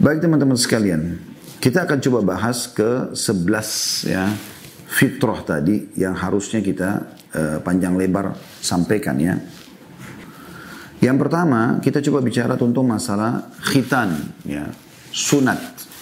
Baik teman-teman sekalian, kita akan coba bahas ke 11 ya fitrah tadi yang harusnya kita panjang lebar sampaikan ya. Yang pertama kita coba bicara tentang masalah khitan ya, sunat.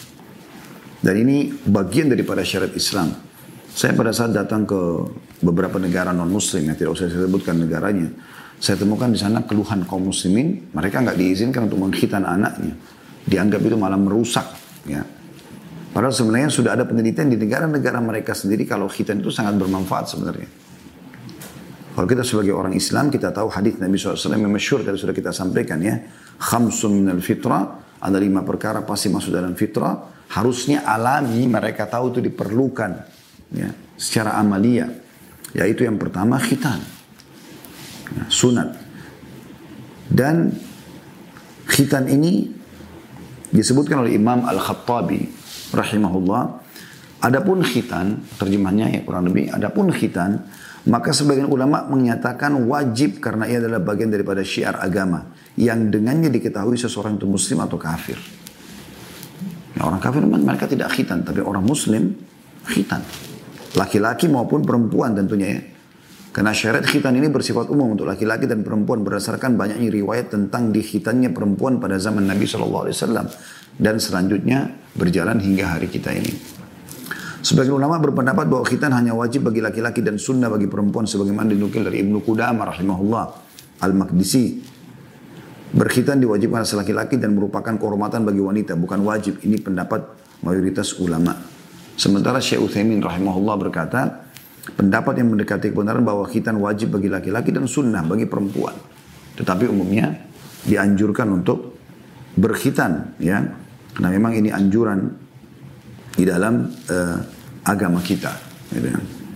Dan ini bagian daripada syariat Islam. Saya pada saat datang ke beberapa negara non-muslim, yang tidak usah saya sebutkan negaranya, saya temukan di sana keluhan kaum muslimin, mereka nggak diizinkan untuk mengkhitan anaknya. Dianggap itu malah merusak. Ya. Padahal sebenarnya sudah ada penelitian di negara-negara mereka sendiri kalau khitan itu sangat bermanfaat sebenarnya. Kalau kita sebagai orang Islam, kita tahu hadis Nabi SAW yang masyhur tadi sudah kita sampaikan ya. Khamsun minal fitrah, ada 5 perkara pasti masuk dalam fitrah. Harusnya alami mereka tahu itu diperlukan ya, secara amalia. Yaitu yang pertama khitan. Ya, sunat. Dan khitan ini disebutkan oleh Imam Al-Khattabi rahimahullah. Adapun khitan, terjemahnya ya kurang lebih, adapun khitan, maka sebagian ulama menyatakan wajib karena ia adalah bagian daripada syiar agama yang dengannya diketahui seseorang itu muslim atau kafir. Ya, orang kafir mereka tidak khitan, tapi orang muslim khitan. Laki-laki maupun perempuan tentunya ya. Karena syariat khitan ini bersifat umum untuk laki-laki dan perempuan berdasarkan banyaknya riwayat tentang dikhitannya perempuan pada zaman Nabi SAW dan selanjutnya berjalan hingga hari kita ini. Sebagian ulama berpendapat bahwa khitan hanya wajib bagi laki-laki dan sunnah bagi perempuan sebagaimana dinukil dari Ibnu Qudamah rahimahullah Al-Maqdisi. Berkhitan diwajibkan atas laki-laki dan merupakan kehormatan bagi wanita, bukan wajib. Ini pendapat mayoritas ulama. Sementara Syekh Utsaimin rahimahullah berkata, pendapat yang mendekati kebenaran bahwa khitan wajib bagi laki-laki dan sunnah bagi perempuan. Tetapi umumnya dianjurkan untuk berkhitan ya, karena memang ini anjuran di dalam agama kita. Gitu.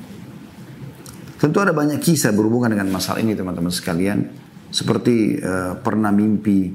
Tentu ada banyak kisah berhubungan dengan masalah ini teman-teman sekalian. Seperti pernah mimpi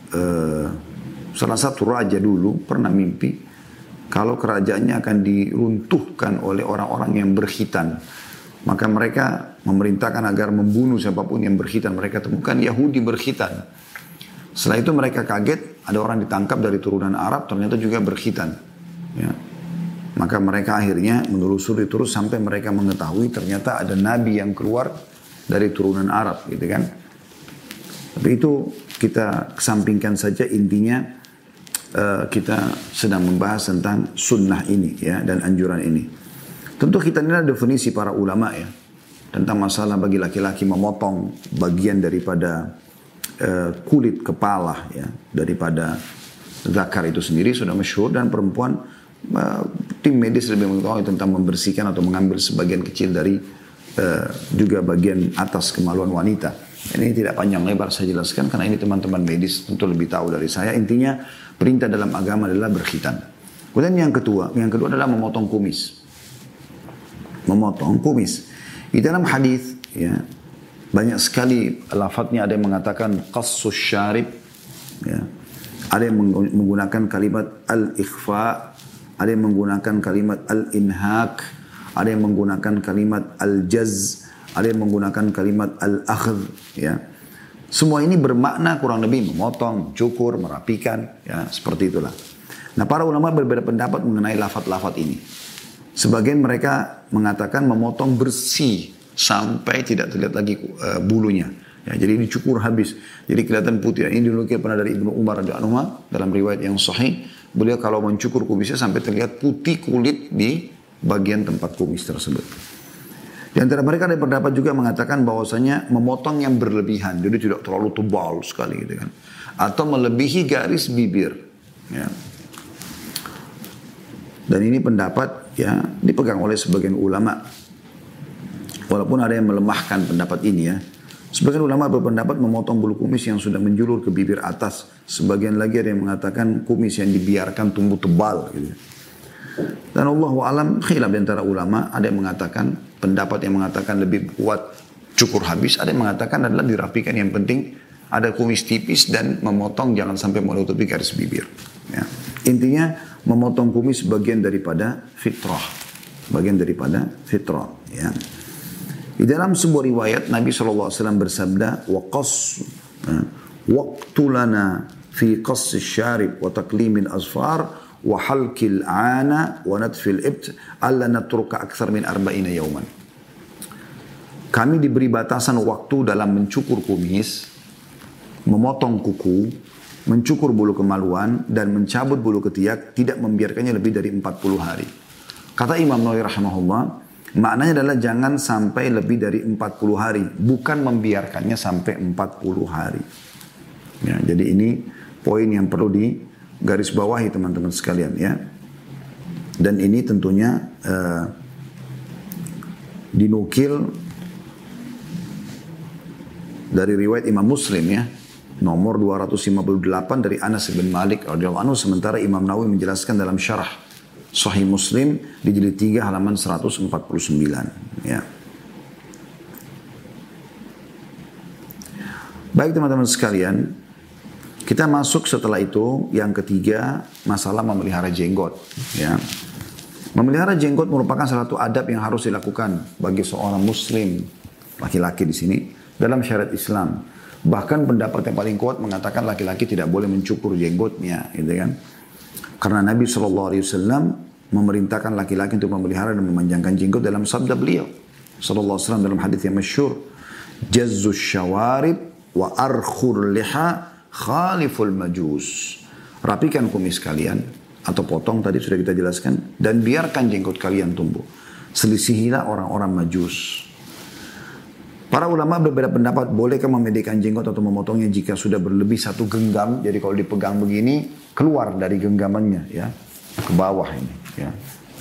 salah satu raja dulu pernah mimpi kalau kerajaannya akan diruntuhkan oleh orang-orang yang berkhitan. Maka mereka memerintahkan agar membunuh siapapun yang berkhitan. Mereka temukan Yahudi berkhitan. Setelah itu mereka kaget, ada orang ditangkap dari turunan Arab, ternyata juga berkhitan. Ya. Maka mereka akhirnya menelusuri terus sampai mereka mengetahui ternyata ada nabi yang keluar dari turunan Arab. Gitu kan. Tapi itu kita kesampingkan saja, intinya kita sedang membahas tentang sunnah ini ya, dan anjuran ini. Tentu kita ini ada definisi para ulama ya tentang masalah bagi laki-laki memotong bagian daripada kulit kepala ya, daripada zakar itu sendiri sudah masyhur, dan perempuan tim medis lebih mengetahui tentang membersihkan atau mengambil sebagian kecil dari juga bagian atas kemaluan wanita. Ini tidak panjang lebar saya jelaskan karena ini teman-teman medis tentu lebih tahu dari saya. Intinya perintah dalam agama adalah berkhitan. Kemudian yang kedua adalah memotong kumis. Memotong kumis. Di dalam hadis ya, banyak sekali lafadznya, ada yang mengatakan qassus syarib ya. Ada yang menggunakan kalimat al-ikhfa, ada yang menggunakan kalimat al-inhak, ada yang menggunakan kalimat al-jaz, ada yang menggunakan kalimat al-akhdh ya. Semua ini bermakna kurang lebih memotong, cukur, merapikan ya, seperti itulah. Nah, para ulama berbeda pendapat mengenai lafaz-lafaz ini. Sebagian mereka mengatakan memotong bersih sampai tidak terlihat lagi bulunya. Ya, jadi dicukur habis. Jadi kelihatan putih. Ini dinukil pernah dari Ibnu Umar radhiyallahu anhu dalam riwayat yang sahih. Beliau kalau mencukur kumisnya sampai terlihat putih kulit di bagian tempat kumis tersebut. Di antara mereka ada pendapat juga mengatakan bahwasanya memotong yang berlebihan, jadi tidak terlalu tebal sekali gitu kan, atau melebihi garis bibir. Ya. Dan ini pendapat ya dipegang oleh sebagian ulama, walaupun ada yang melemahkan pendapat ini ya. Sebagian ulama berpendapat memotong bulu kumis yang sudah menjulur ke bibir atas. Sebagian lagi ada yang mengatakan kumis yang dibiarkan tumbuh tebal gitu. Dan Allahu a'lam khilaf di antara ulama, ada yang mengatakan pendapat yang mengatakan lebih kuat cukur habis, ada yang mengatakan adalah dirapikan, yang penting ada kumis tipis dan memotong jangan sampai menutupi garis bibir. Ya. Intinya memotong kumis bagian daripada fitrah, bagian daripada fitrah. Ya. Di dalam sebuah riwayat Nabi SAW bersabda, waqas waqtu lana fi qassi syarib wa taqlimin azfar wa halqil ana wa natfil ibt alla natruka akthar min 40 yawman. Kami diberi batasan waktu dalam mencukur kumis, memotong kuku, mencukur bulu kemaluan, dan mencabut bulu ketiak, tidak membiarkannya lebih dari 40 hari. Kata Imam Nawawi rahimahullah, maknanya adalah jangan sampai lebih dari 40 hari, bukan membiarkannya sampai 40 hari. Ya, jadi ini poin yang perlu digarisbawahi teman-teman sekalian ya. Dan ini tentunya dinukil dari riwayat Imam Muslim ya. Nomor 258 dari Anas bin Malik radhiyallahu anhu, sementara Imam Nawawi menjelaskan dalam syarah Sahih Muslim di jilid 3 halaman 149 ya. Baik teman-teman sekalian, kita masuk setelah itu yang ketiga, masalah memelihara jenggot ya. Memelihara jenggot merupakan salah satu adab yang harus dilakukan bagi seorang muslim laki-laki di sini dalam syariat Islam. Bahkan pendapat yang paling kuat mengatakan laki-laki tidak boleh mencukur jenggotnya, gitu kan? Karena Nabi SAW memerintahkan laki-laki untuk memelihara dan memanjangkan jenggot dalam sabda beliau SAW dalam hadis yang masyhur, jazzus syawarib wa arkhur liha khaliful majus. Rapikan kumis kalian atau potong tadi sudah kita jelaskan, dan biarkan jenggot kalian tumbuh. Selisihilah orang-orang majus. Para ulama berbeda pendapat, bolehkah memedekkan jenggot atau memotongnya jika sudah berlebih 1 genggam. Jadi kalau dipegang begini, keluar dari genggamannya ya, ke bawah ini ya.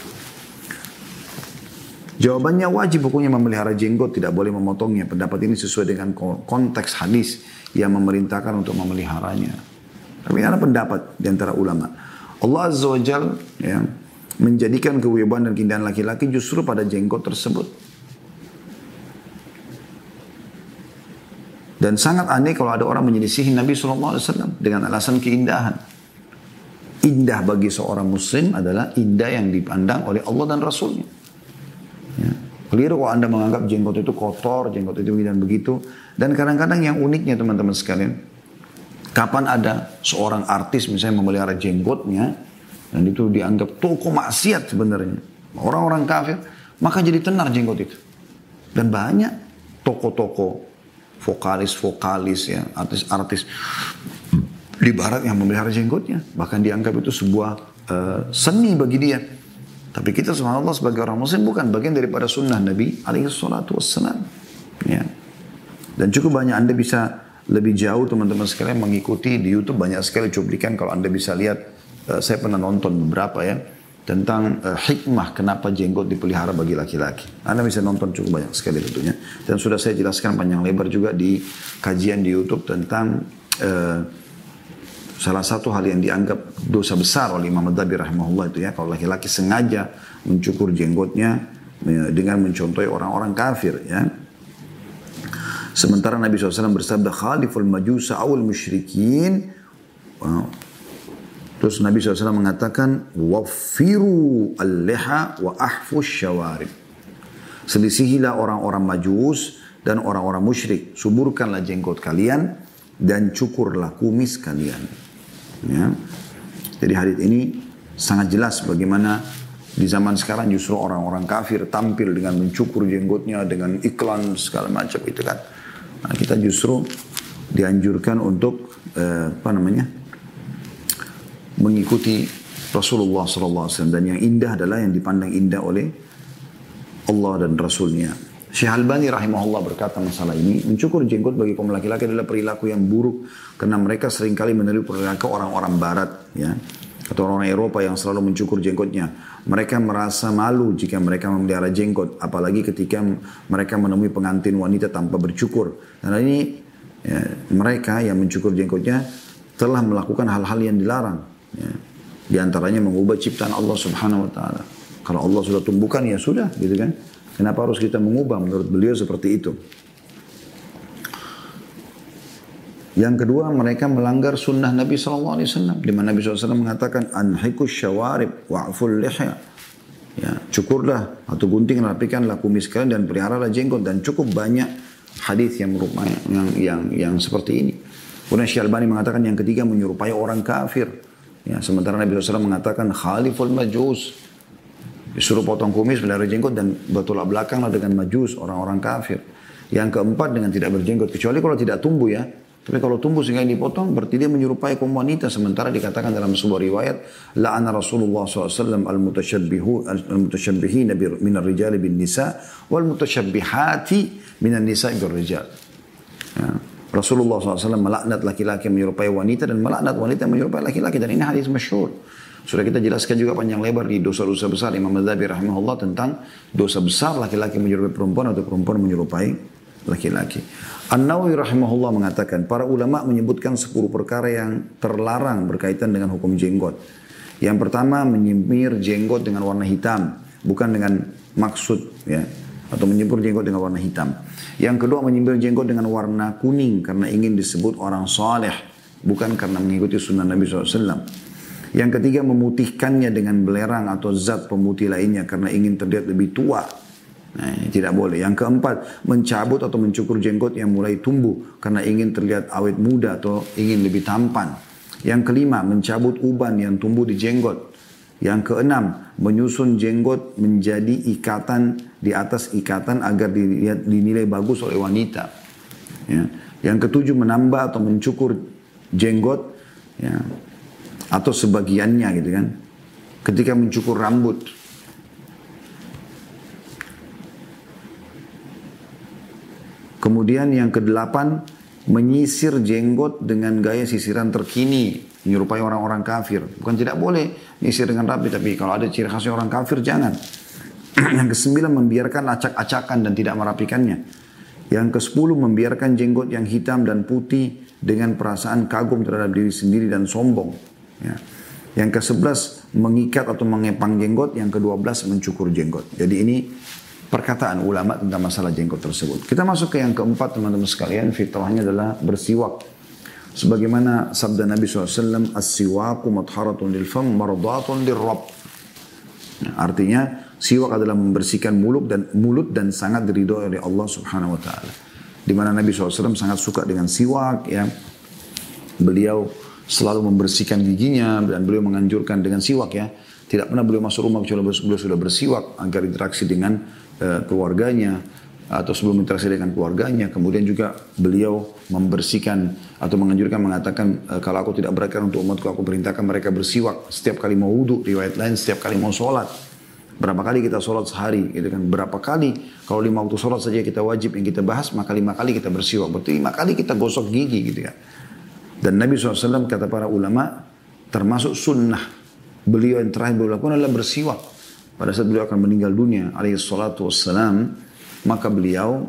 Jawabannya wajib hukumnya memelihara jenggot, tidak boleh memotongnya. Pendapat ini sesuai dengan konteks hadis yang memerintahkan untuk memeliharanya. Tapi ada pendapat di antara ulama. Allah Azza wa Jalla ya, menjadikan kewibawaan dan keindahan laki-laki justru pada jenggot tersebut. Dan sangat aneh kalau ada orang menyelisihi Nabi SAW dengan alasan keindahan. Indah bagi seorang muslim adalah indah yang dipandang oleh Allah dan Rasulnya. Ya. Keliru kalau Anda menganggap jenggot itu kotor, jenggot itu begini dan begitu. Dan kadang-kadang yang uniknya teman-teman sekalian, kapan ada seorang artis misalnya memelihara jenggotnya, dan itu dianggap toko maksiat sebenarnya, orang-orang kafir, maka jadi tenar jenggot itu. Dan banyak toko-toko, vokalis ya, artis-artis di barat yang memelihara jenggotnya, bahkan dianggap itu sebuah seni bagi dia. Tapi kita subhanallah sebagai orang muslim bukan bagian daripada sunnah Nabi alaihi salatu wassalam ya. Dan cukup banyak Anda bisa lebih jauh teman-teman sekalian mengikuti di YouTube, banyak sekali cuplikan kalau Anda bisa lihat. Saya pernah nonton beberapa ya tentang hikmah kenapa jenggot dipelihara bagi laki-laki. Anda bisa nonton cukup banyak sekali tentunya. Dan sudah saya jelaskan panjang lebar juga di kajian di YouTube tentang salah satu hal yang dianggap dosa besar oleh Imam Adzabi rahimahullah itu ya, kalau laki-laki sengaja mencukur jenggotnya dengan mencontohi orang-orang kafir ya. Sementara Nabi SAW bersabda khaliful majusa awal musyrikin. Terus Nabi SAW mengatakan, wafiru al-liha wa ahfus syawarib. Selisihilah orang-orang majus dan orang-orang musyrik. Suburkanlah jenggot kalian dan cukurlah kumis kalian. Ya. Jadi hadits ini sangat jelas bagaimana di zaman sekarang justru orang-orang kafir tampil dengan mencukur jenggotnya, dengan iklan segala macam itu kan. Nah, kita justru dianjurkan untuk mengikuti Rasulullah SAW, dan yang indah adalah yang dipandang indah oleh Allah dan Rasulnya. Syekh Albani rahimahullah berkata masalah ini, mencukur jenggot bagi kaum laki-laki adalah perilaku yang buruk karena mereka seringkali meniru perilaku orang-orang barat ya, atau orang Eropa yang selalu mencukur jenggotnya. Mereka merasa malu jika mereka memelihara jenggot, apalagi ketika mereka menemui pengantin wanita tanpa bercukur. Karena ini ya, mereka yang mencukur jenggotnya telah melakukan hal-hal yang dilarang. Ya. Di antaranya mengubah ciptaan Allah Subhanahu wa taala. Kalau Allah sudah tumbuhkan ya sudah, gitu kan? Kenapa harus kita mengubah? Menurut beliau seperti itu. Yang kedua, mereka melanggar sunnah Nabi SAW. Di mana Nabi SAW mengatakan, anhikus syawarib wa'ful lihya. Ya, cukurlah atau gunting, rapikanlah kumis kalian dan peliharalah jenggot. Dan cukup banyak hadis yang seperti ini. Kemudian Syekh Albani mengatakan yang ketiga menyerupai orang kafir. Ya, sementara Nabi SAW mengatakan khaliful majus. Disuruh potong kumis, pelihara jenggot dan bertolak belakanglah dengan majus, orang-orang kafir. Yang keempat dengan tidak berjenggot, kecuali kalau tidak tumbuh ya. Tapi kalau tumbuh sehingga dipotong, berarti dia menyerupai kaum wanita. Sementara dikatakan dalam sebuah riwayat, la'ana Rasulullah SAW al-mutasyabbihina minar rijali bin nisa, wal mutasyabbihati minan nisa bin rijal. Ya. Rasulullah SAW melaknat laki-laki yang menyerupai wanita dan melaknat wanita yang menyerupai laki-laki. Dan ini hadis masyhur. Sudah kita jelaskan juga panjang lebar di dosa-dosa besar Imam Madzhabi rahimahullah tentang dosa besar laki-laki menyerupai perempuan atau perempuan menyerupai laki-laki. An-Nawawi rahimahullah mengatakan para ulama menyebutkan 10 perkara yang terlarang berkaitan dengan hukum jenggot. Yang pertama menyemir jenggot dengan warna hitam, bukan dengan maksud ya, atau menyemir jenggot dengan warna hitam. Yang kedua menyemir jenggot dengan warna kuning karena ingin disebut orang saleh, bukan karena mengikuti sunnah Nabi SAW. Yang ketiga memutihkannya dengan belerang atau zat pemutih lainnya karena ingin terlihat lebih tua. Nah, ini tidak boleh. Yang keempat mencabut atau mencukur jenggot yang mulai tumbuh karena ingin terlihat awet muda atau ingin lebih tampan. Yang kelima mencabut uban yang tumbuh di jenggot. Yang keenam menyusun jenggot menjadi ikatan di atas ikatan agar dinilai bagus oleh wanita. Ya. Yang ketujuh menambah atau mencukur jenggot ya, atau sebagiannya gitu kan. Ketika mencukur rambut. Kemudian yang kedelapan menyisir jenggot dengan gaya sisiran terkini, menyerupai orang-orang kafir. Bukan tidak boleh nyisir dengan rapi, tapi kalau ada ciri khasnya orang kafir jangan. Yang kesembilan membiarkan acak-acakan dan tidak merapikannya. Yang kesepuluh membiarkan jenggot yang hitam dan putih dengan perasaan kagum terhadap diri sendiri dan sombong. Ya. Yang ke-11 mengikat atau mengepang jenggot. Yang ke-12 mencukur jenggot. Jadi ini perkataan ulama tentang masalah jenggot tersebut. Kita masuk ke yang keempat teman-teman sekalian. Fitrahnya adalah bersiwak. Sebagaimana sabda Nabi SAW, as-siwaku matharatun lil fam mardatun lirrabb. Artinya siwak adalah membersihkan mulut dan sangat diridhoi oleh Allah Subhanahu wa taala. Di mana Nabi SAW sangat suka dengan siwak ya. Beliau selalu membersihkan giginya dan beliau menganjurkan dengan siwak ya. Tidak pernah beliau masuk rumah kecuali beliau sudah bersiwak agar interaksi dengan keluarganya atau sebelum interaksi dengan keluarganya. Kemudian juga beliau membersihkan atau menganjurkan mengatakan kalau aku tidak berikan untuk umatku aku perintahkan mereka bersiwak setiap kali mau wudu, riwayat lain setiap kali mau sholat. Berapa kali kita sholat sehari gitu kan, berapa kali kalau 5 waktu sholat saja kita wajib yang kita bahas maka 5 kali kita bersiwak, berarti 5 kali kita gosok gigi gitu kan. Dan Nabi SAW kata para ulama termasuk sunnah beliau yang terakhir beliau lakukan adalah bersiwak. Pada saat beliau akan meninggal dunia alaihi salatu wassalam, maka beliau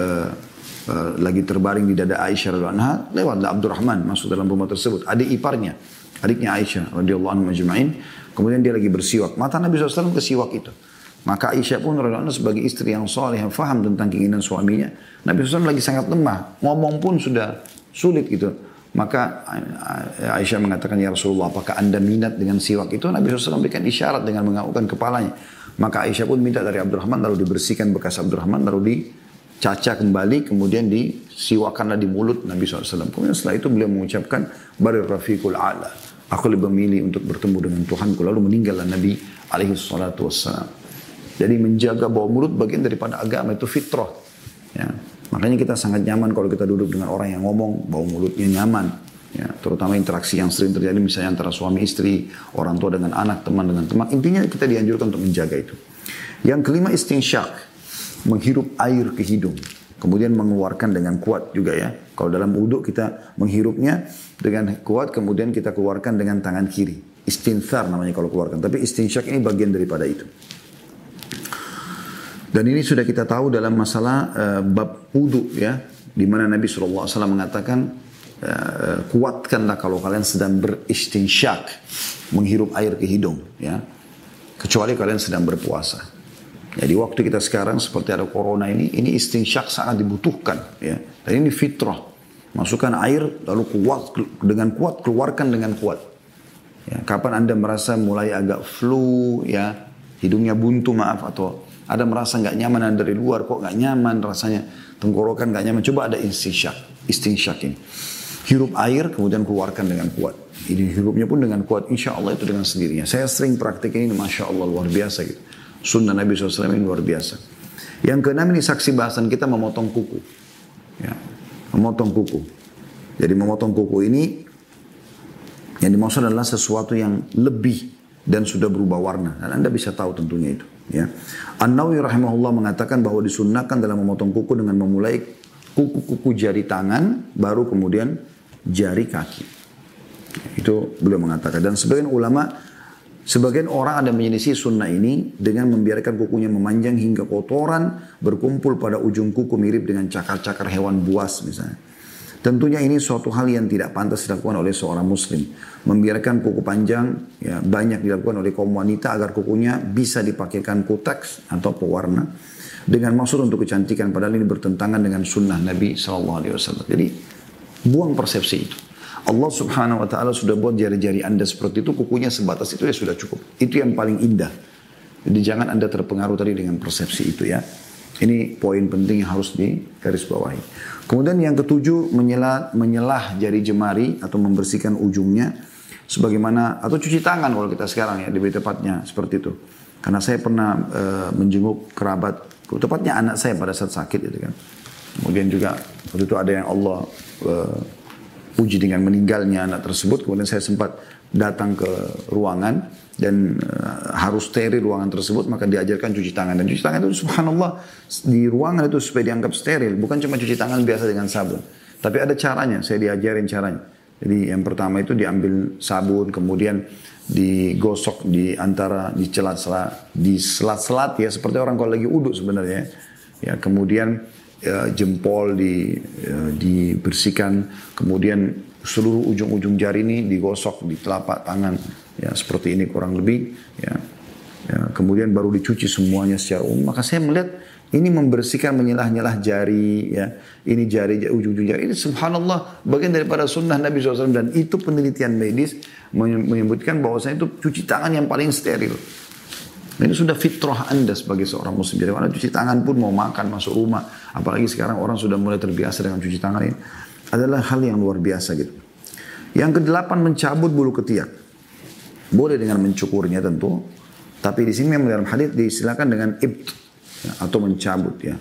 lagi terbaring di dada Aisyah radhiyallahu anha, lewatlah Abdurrahman masuk dalam rumah tersebut, adiknya Aisyah radhiyallahu anha majma'in. Kemudian dia lagi bersiwak, mata Nabi SAW ke siwak itu. Maka Aisyah pun radhiyallahu anha sebagai istri yang saleh yang faham tentang keinginan suaminya, Nabi SAW lagi sangat lemah, ngomong pun sudah sulit gitu. Maka Aisyah mengatakan, ya Rasulullah, apakah anda minat dengan siwak itu? Nabi SAW berikan isyarat dengan menganggukkan kepalanya. Maka Aisyah pun minta dari Abdurrahman, lalu dibersihkan bekas Abdurrahman, lalu dicaca kembali, kemudian disiwakanlah di mulut Nabi SAW. Kemudian setelah itu beliau mengucapkan, Barir Rafiqul A'la, aku lebih memilih untuk bertemu dengan Tuhanku. Lalu meninggallah Nabi SAW. Jadi menjaga bau mulut bagian daripada agama, itu fitrah. Ya. Makanya kita sangat nyaman kalau kita duduk dengan orang yang ngomong, bau mulutnya nyaman. Ya, terutama interaksi yang sering terjadi misalnya antara suami istri, orang tua dengan anak, teman dengan teman. Intinya kita dianjurkan untuk menjaga itu. Yang kelima istinsyak, menghirup air ke hidung. Kemudian mengeluarkan dengan kuat juga ya. Kalau dalam wudhu kita menghirupnya dengan kuat, kemudian kita keluarkan dengan tangan kiri. Istinthar namanya kalau keluarkan. Tapi istinsyak ini bagian daripada itu. Dan ini sudah kita tahu dalam masalah bab wudu ya, di mana Nabi SAW mengatakan kuatkanlah kalau kalian sedang beristinsyak, menghirup air ke hidung ya, kecuali kalian sedang berpuasa. Jadi waktu kita sekarang seperti ada corona ini istinsyak sangat dibutuhkan ya. Dan ini fitrah, masukkan air lalu dengan kuat keluarkan dengan kuat. Ya, kapan anda merasa mulai agak flu ya, hidungnya buntu atau ada merasa nggak nyaman dari luar, kok nggak nyaman rasanya, tenggorokan nggak nyaman, coba ada istinsyak ini. Hirup air, kemudian keluarkan dengan kuat. Ini hirupnya pun dengan kuat, insya Allah itu dengan sendirinya. Saya sering praktik ini, Masya Allah, luar biasa gitu. Sunnah Nabi SAW ini luar biasa. Yang keenam ini saksi bahasan kita memotong kuku. Ya, memotong kuku. Jadi memotong kuku ini, yang dimaksud adalah sesuatu yang lebih dan sudah berubah warna. Dan Anda bisa tahu tentunya itu. Ya. An-Nawawi rahimahullah mengatakan bahwa disunnahkan dalam memotong kuku dengan memulai kuku-kuku jari tangan, baru kemudian jari kaki. Itu beliau mengatakan. Dan sebagian orang ada menyelisih sunnah ini dengan membiarkan kukunya memanjang hingga kotoran berkumpul pada ujung kuku mirip dengan cakar-cakar hewan buas misalnya. Tentunya ini suatu hal yang tidak pantas dilakukan oleh seorang muslim. Membiarkan kuku panjang ya, banyak dilakukan oleh kaum wanita agar kukunya bisa dipakaikan kuteks atau pewarna dengan maksud untuk kecantikan, padahal ini bertentangan dengan sunnah Nabi SAW. Jadi buang persepsi itu. Allah Subhanahu Wa Taala sudah buat jari-jari Anda seperti itu, kukunya sebatas itu ya sudah cukup. Itu yang paling indah. Jadi jangan Anda terpengaruh tadi dengan persepsi itu ya. Ini poin penting yang harus digarisbawahi. Kemudian yang ketujuh, menyelah jari jemari atau membersihkan ujungnya sebagaimana, atau cuci tangan kalau kita sekarang ya, lebih tepatnya seperti itu. Karena saya pernah menjenguk kerabat, tepatnya anak saya pada saat sakit itu kan. Kemudian juga waktu itu ada yang Allah uji dengan meninggalnya anak tersebut. Kemudian saya sempat datang ke ruangan dan harus steril ruangan tersebut, maka diajarkan cuci tangan. Dan cuci tangan itu subhanallah di ruangan itu supaya dianggap steril, bukan cuma cuci tangan biasa dengan sabun. Tapi ada caranya, saya diajarin caranya. Jadi yang pertama itu diambil sabun, kemudian digosok di antara, di selat-selat ya, seperti orang kalau lagi uduk sebenarnya. Ya, kemudian jempol dibersihkan, kemudian seluruh ujung-ujung jari ini digosok di telapak tangan ya, seperti ini kurang lebih ya. Kemudian baru dicuci semuanya secara umum. Maka saya melihat ini membersihkan, menyelah-nyelah jari ya, ini jari, ujung-ujung jari ini subhanallah bagian daripada sunnah Nabi SAW. Dan itu penelitian medis menyebutkan bahwasanya itu cuci tangan yang paling steril. Ini sudah fitrah Anda sebagai seorang muslim. Jadi mana cuci tangan pun mau makan, masuk rumah, apalagi sekarang orang sudah mulai terbiasa dengan cuci tangan ini, adalah hal yang luar biasa gitu. Yang kedelapan, mencabut bulu ketiak. Boleh dengan mencukurnya tentu, tapi di sini dalam hadits diistilahkan dengan ibt ya, atau mencabut ya.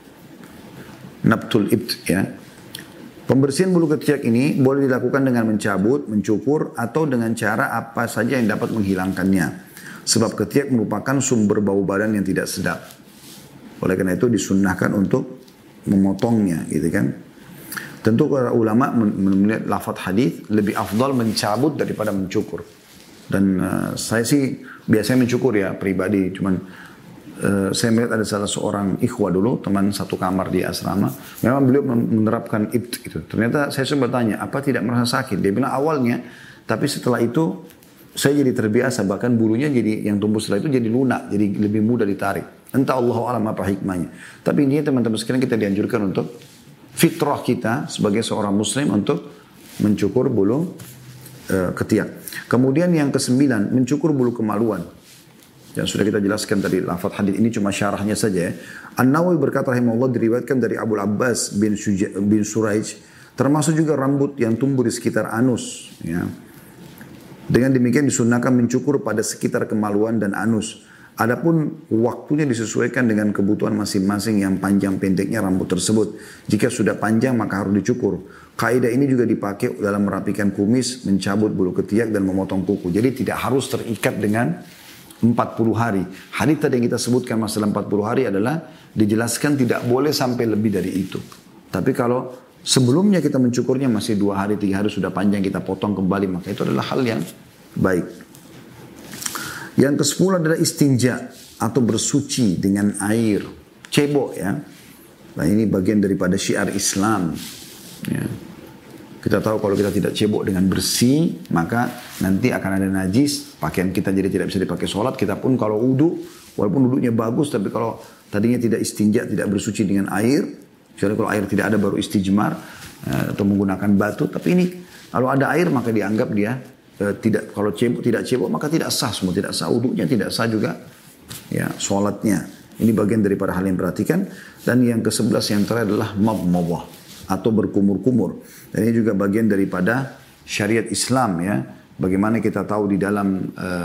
Nabtul ibt ya. Pembersihan bulu ketiak ini boleh dilakukan dengan mencabut, mencukur, atau dengan cara apa saja yang dapat menghilangkannya. Sebab ketiak merupakan sumber bau badan yang tidak sedap. Oleh karena itu disunnahkan untuk memotongnya gitu kan. Tentu para ulama melihat lafaz hadis lebih afdal mencabut daripada mencukur. Dan saya sih biasanya mencukur ya pribadi. Cuman saya melihat ada salah seorang ikhwah dulu, teman satu kamar di asrama. Memang beliau menerapkan ibt gitu. Ternyata saya sempat tanya, apa tidak merasa sakit? Dia bilang awalnya, tapi setelah itu saya jadi terbiasa, bahkan bulunya jadi yang tumbuh setelah itu jadi lunak, jadi lebih mudah ditarik. Entah Allah alam apa hikmahnya. Tapi ini teman-teman sekalian kita dianjurkan untuk fitrah kita sebagai seorang muslim untuk mencukur bulu ketiak. Kemudian yang kesembilan, mencukur bulu kemaluan. Yang sudah kita jelaskan tadi, lafaz hadis ini cuma syarahnya saja ya. An-Nawawi berkata rahimahullah, diriwayatkan dari Abu Abbas bin Suraij, termasuk juga rambut yang tumbuh di sekitar anus ya. Dengan demikian disunnahkan mencukur pada sekitar kemaluan dan anus. Adapun waktunya disesuaikan dengan kebutuhan masing-masing yang panjang pendeknya rambut tersebut. Jika sudah panjang maka harus dicukur. Kaidah ini juga dipakai dalam merapikan kumis, mencabut bulu ketiak dan memotong kuku. Jadi tidak harus terikat dengan 40 hari. Hadis tadi yang kita sebutkan masalah 40 hari adalah dijelaskan tidak boleh sampai lebih dari itu. Tapi kalau sebelumnya kita mencukurnya masih 2 hari, 3 hari sudah panjang, kita potong kembali, maka itu adalah hal yang baik. Yang ke-10 adalah istinja atau bersuci dengan air. Cebok ya. Nah ini bagian daripada syiar Islam. Ya. Kita tahu kalau kita tidak cebok dengan bersih, maka nanti akan ada najis. Pakaian kita jadi tidak bisa dipakai sholat. Kita pun kalau wudu, walaupun wudunya bagus, tapi kalau tadinya tidak istinja, tidak bersuci dengan air, kecuali kalau air tidak ada baru istijmar atau menggunakan batu. Tapi ini kalau ada air maka dianggap dia tidak, kalau cebok tidak cebok maka tidak sah, semua tidak sah wudunya, tidak sah juga ya sholatnya. Ini bagian daripada hal yang perhatikan. Dan yang ke-11 yang terakhir adalah madmadah. atau berkumur-kumur. Dan ini juga bagian daripada syariat Islam ya. Bagaimana kita tahu di dalam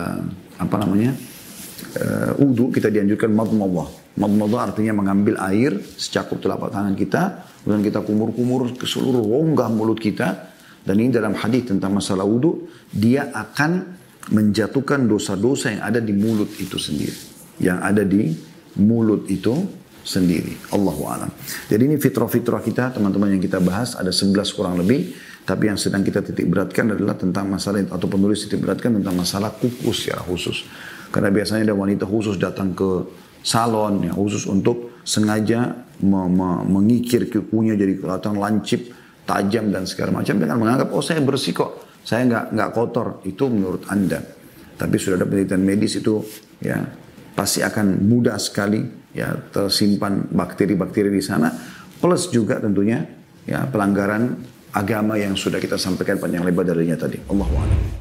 wudu kita dianjurkan madmadah. Madmadah artinya mengambil air secakup telapak tangan kita, kemudian kita kumur-kumur ke seluruh rongga mulut kita. Dan ini dalam hadis tentang masalah wudu, dia akan menjatuhkan dosa-dosa yang ada di mulut itu sendiri. Yang ada di mulut itu sendiri. Allahu a'lam. Jadi ini fitrah-fitrah kita, teman-teman, yang kita bahas ada 11 kurang lebih. Tapi yang sedang kita titik beratkan adalah tentang masalah, atau penulis titik beratkan tentang masalah kuku secara khusus. Karena biasanya ada wanita khusus datang ke salon, ya, khusus untuk sengaja mengikir kukunya jadi kelihatan lancip, tajam dan segala macam, dengan menganggap, oh saya bersih kok, saya nggak kotor. Itu menurut Anda. Tapi sudah ada penelitian medis itu, ya pasti akan mudah sekali ya tersimpan bakteri-bakteri di sana. Plus juga tentunya ya pelanggaran agama yang sudah kita sampaikan panjang lebar darinya tadi. Allahu a'lam.